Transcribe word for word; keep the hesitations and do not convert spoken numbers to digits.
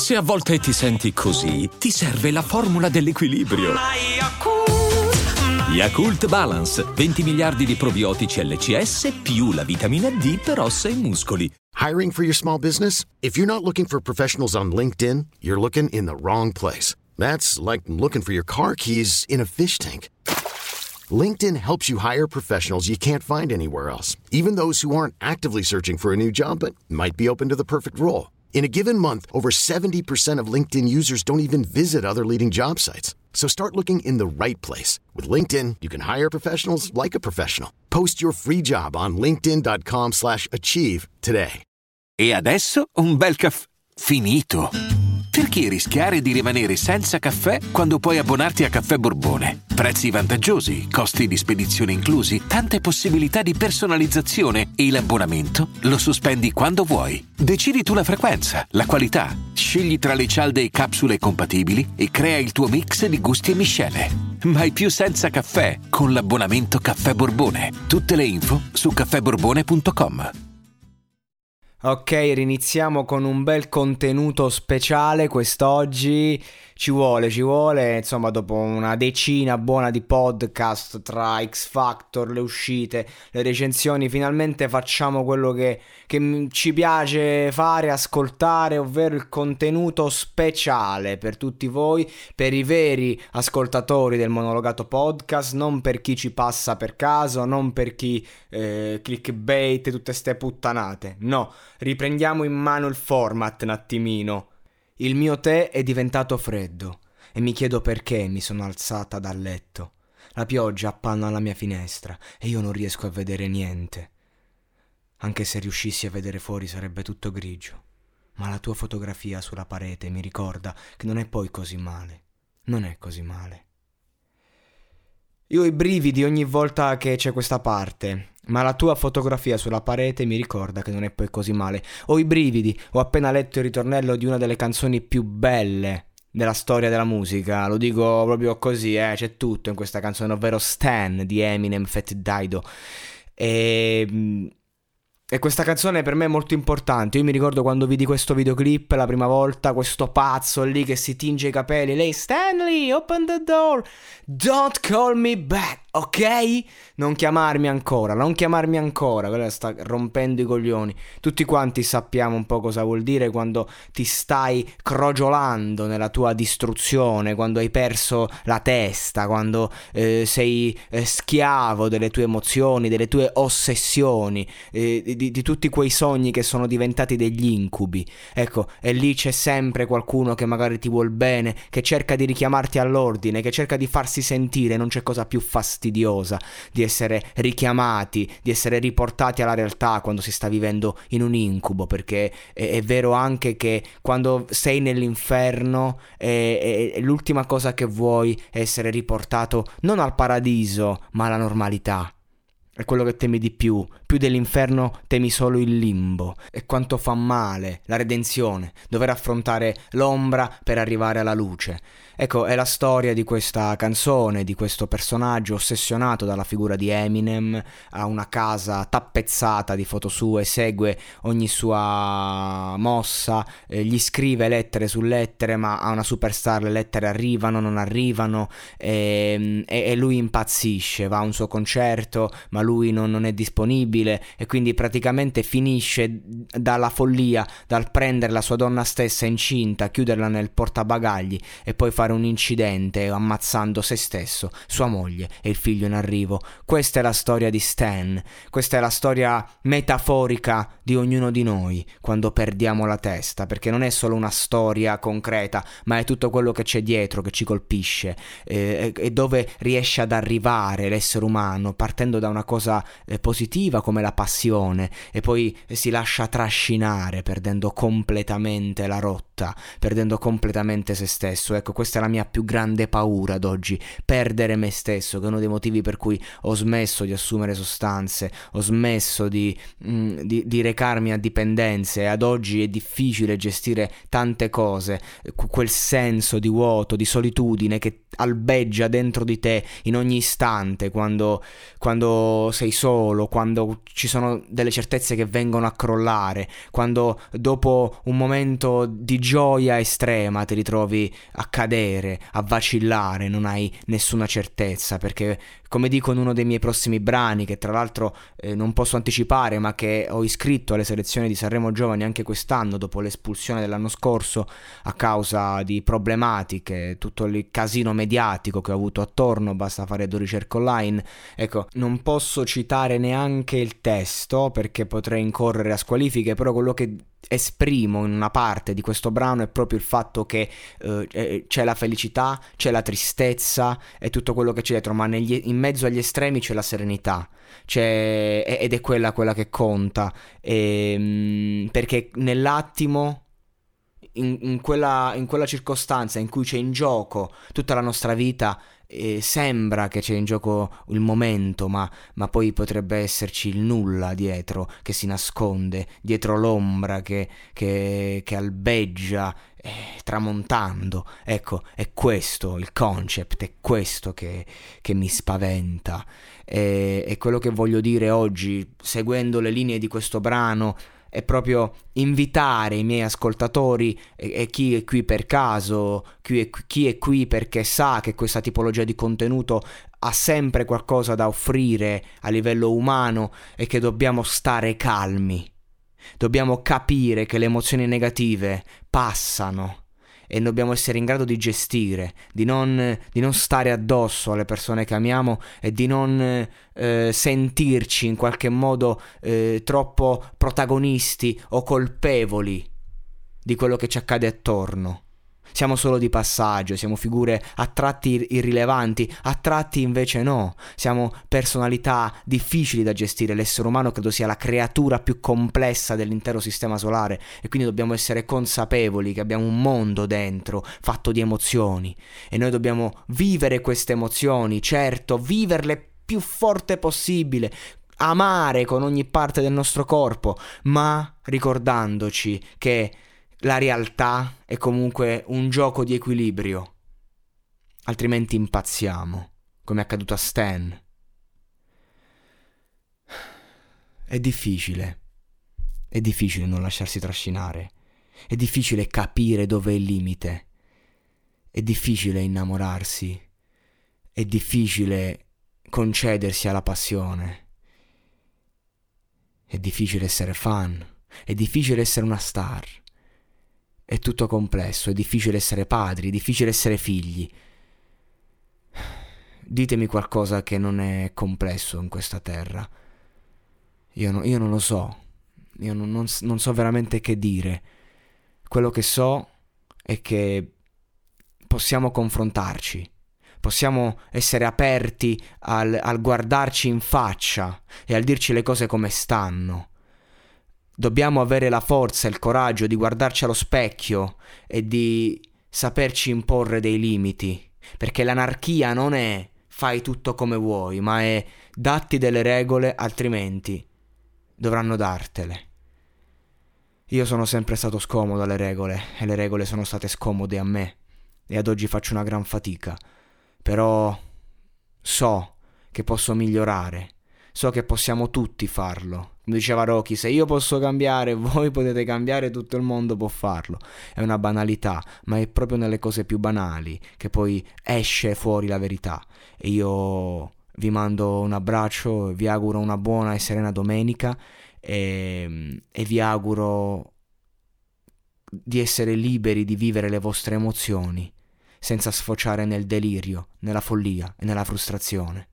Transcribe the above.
Se a volte ti senti così, ti serve la formula dell'equilibrio. Yakult Balance, venti miliardi di probiotici L C S più la vitamina D per ossa e muscoli. Hiring for your small business? If you're not looking for professionals on LinkedIn, you're looking in the wrong place. That's like looking for your car keys in a fish tank. LinkedIn helps you hire professionals you can't find anywhere else, even those who aren't actively searching for a new job but might be open to the perfect role. In a given month, over seventy percent of LinkedIn users don't even visit other leading job sites. So start looking in the right place. With LinkedIn, you can hire professionals like a professional. Post your free job on linkedin.com slash achieve today. E adesso un bel caffè finito. Perché rischiare di rimanere senza caffè quando puoi abbonarti a Caffè Borbone? Prezzi vantaggiosi, costi di spedizione inclusi, tante possibilità di personalizzazione e l'abbonamento lo sospendi quando vuoi. Decidi tu la frequenza, la qualità, scegli tra le cialde e capsule compatibili e crea il tuo mix di gusti e miscele. Mai più senza caffè con l'abbonamento Caffè Borbone. Tutte le info su caffè borbone punto com. Ok, riniziamo con un bel contenuto speciale quest'oggi. Ci vuole, ci vuole, insomma, dopo una decina buona di podcast tra X Factor, le uscite, le recensioni, finalmente facciamo quello che, che ci piace fare, ascoltare, ovvero il contenuto speciale per tutti voi, per i veri ascoltatori del Monologato Podcast, non per chi ci passa per caso, non per chi eh, clickbait, tutte ste puttanate, no. Riprendiamo in mano il format un attimino. Il mio tè è diventato freddo e mi chiedo perché mi sono alzata dal letto. La pioggia appanna alla mia finestra e io non riesco a vedere niente. Anche se riuscissi a vedere fuori sarebbe tutto grigio. Ma la tua fotografia sulla parete mi ricorda che non è poi così male. Non è così male. Io ho i brividi ogni volta che c'è questa parte, ma la tua fotografia sulla parete mi ricorda che non è poi così male. Ho i brividi, ho appena letto il ritornello di una delle canzoni più belle della storia della musica, lo dico proprio così, eh, c'è tutto in questa canzone, ovvero Stan di Eminem, Fat Dido. E... E questa canzone per me è molto importante. Io mi ricordo quando vidi questo videoclip la prima volta, questo pazzo lì che si tinge i capelli. Lei, Stanley, open the door, don't call me back, ok? Non chiamarmi ancora, non chiamarmi ancora. Quella sta rompendo i coglioni. Tutti quanti sappiamo un po' cosa vuol dire quando ti stai crogiolando nella tua distruzione, quando hai perso la testa, quando eh, sei eh, schiavo delle tue emozioni, delle tue ossessioni, eh, Di, di tutti quei sogni che sono diventati degli incubi. Ecco, e lì c'è sempre qualcuno che magari ti vuol bene, che cerca di richiamarti all'ordine, che cerca di farsi sentire. Non c'è cosa più fastidiosa di essere richiamati, di essere riportati alla realtà quando si sta vivendo in un incubo, perché è, è vero anche che quando sei nell'inferno è, è, l'ultima cosa che vuoi è essere riportato non al paradiso ma alla normalità. È quello che temi di più. Più dell'inferno temi solo il limbo. E quanto fa male la redenzione, dover affrontare l'ombra per arrivare alla luce. Ecco, è la storia di questa canzone, di questo personaggio ossessionato dalla figura di Eminem. Ha una casa tappezzata di foto sue, segue ogni sua mossa, eh, gli scrive lettere su lettere, ma a una superstar le lettere arrivano, non arrivano, e, e, e lui impazzisce, va a un suo concerto, ma lui non, non è disponibile, e quindi praticamente finisce dalla follia, dal prendere la sua donna stessa incinta, chiuderla nel portabagagli e poi fare un incidente ammazzando se stesso, sua moglie e il figlio in arrivo. Questa è la storia di Stan, questa è la storia metaforica di ognuno di noi quando perdiamo la testa, perché non è solo una storia concreta, ma è tutto quello che c'è dietro che ci colpisce, eh, e dove riesce ad arrivare l'essere umano partendo da una cosa eh, positiva come la passione, e poi si lascia trascinare perdendo completamente la rotta, perdendo completamente se stesso. Ecco, questa è la mia più grande paura ad oggi, perdere me stesso, che è uno dei motivi per cui ho smesso di assumere sostanze, ho smesso di, mh, di, di lecarmi a dipendenze, e ad oggi è difficile gestire tante cose, quel senso di vuoto, di solitudine che albeggia dentro di te in ogni istante, quando, quando sei solo, quando ci sono delle certezze che vengono a crollare, quando dopo un momento di gioia estrema ti ritrovi a cadere, a vacillare, non hai nessuna certezza, perché come dico in uno dei miei prossimi brani, che tra l'altro eh, non posso anticipare, ma che ho iscritto alle selezioni di Sanremo Giovani anche quest'anno, dopo l'espulsione dell'anno scorso a causa di problematiche, tutto il casino mediatico che ho avuto attorno, basta fare due ricerche online. Ecco, non posso citare neanche il testo perché potrei incorrere a squalifiche, però quello che esprimo in una parte di questo brano è proprio il fatto che eh, c'è la felicità, c'è la tristezza e tutto quello che c'è dietro, ma negli, in mezzo agli estremi c'è la serenità, c'è, ed è quella quella che conta, e, perché nell'attimo, in, in, quella, in quella circostanza in cui c'è in gioco tutta la nostra vita, eh, sembra che c'è in gioco il momento, ma, ma poi potrebbe esserci il nulla dietro, che si nasconde dietro l'ombra che, che, che albeggia eh, tramontando. Ecco, è questo il concept, è questo che, che mi spaventa, e, e quello che voglio dire oggi, seguendo le linee di questo brano, è proprio invitare i miei ascoltatori e, e chi è qui per caso, chi è, chi è qui perché sa che questa tipologia di contenuto ha sempre qualcosa da offrire a livello umano, e che dobbiamo stare calmi, dobbiamo capire che le emozioni negative passano e dobbiamo essere in grado di gestire, di non, di non stare addosso alle persone che amiamo e di non eh, sentirci in qualche modo eh, troppo protagonisti o colpevoli di quello che ci accade attorno. Siamo solo di passaggio, siamo figure a tratti irrilevanti, a tratti invece no. Siamo personalità difficili da gestire. L'essere umano credo sia la creatura più complessa dell'intero sistema solare, e quindi dobbiamo essere consapevoli che abbiamo un mondo dentro fatto di emozioni, e noi dobbiamo vivere queste emozioni, certo, viverle più forte possibile, amare con ogni parte del nostro corpo, ma ricordandoci che la realtà è comunque un gioco di equilibrio, altrimenti impazziamo, come è accaduto a Stan. È difficile, è difficile non lasciarsi trascinare, è difficile capire dove è il limite, è difficile innamorarsi, è difficile concedersi alla passione, è difficile essere fan, è difficile essere una star. È tutto complesso, è difficile essere padri, è difficile essere figli. Ditemi qualcosa che non è complesso in questa terra. Io, no, io non lo so, io non, non, non so veramente che dire. Quello che so è che possiamo confrontarci, possiamo essere aperti al, al guardarci in faccia e al dirci le cose come stanno. Dobbiamo avere la forza e il coraggio di guardarci allo specchio e di saperci imporre dei limiti, perché l'anarchia non è fai tutto come vuoi, ma è datti delle regole, altrimenti dovranno dartele. Io sono sempre stato scomodo alle regole e le regole sono state scomode a me, e ad oggi faccio una gran fatica, però so che posso migliorare, so che possiamo tutti farlo. Come diceva Rocky, se io posso cambiare, voi potete cambiare, tutto il mondo può farlo. È una banalità, ma è proprio nelle cose più banali che poi esce fuori la verità. E io vi mando un abbraccio, vi auguro una buona e serena domenica, e, e vi auguro di essere liberi di vivere le vostre emozioni senza sfociare nel delirio, nella follia e nella frustrazione.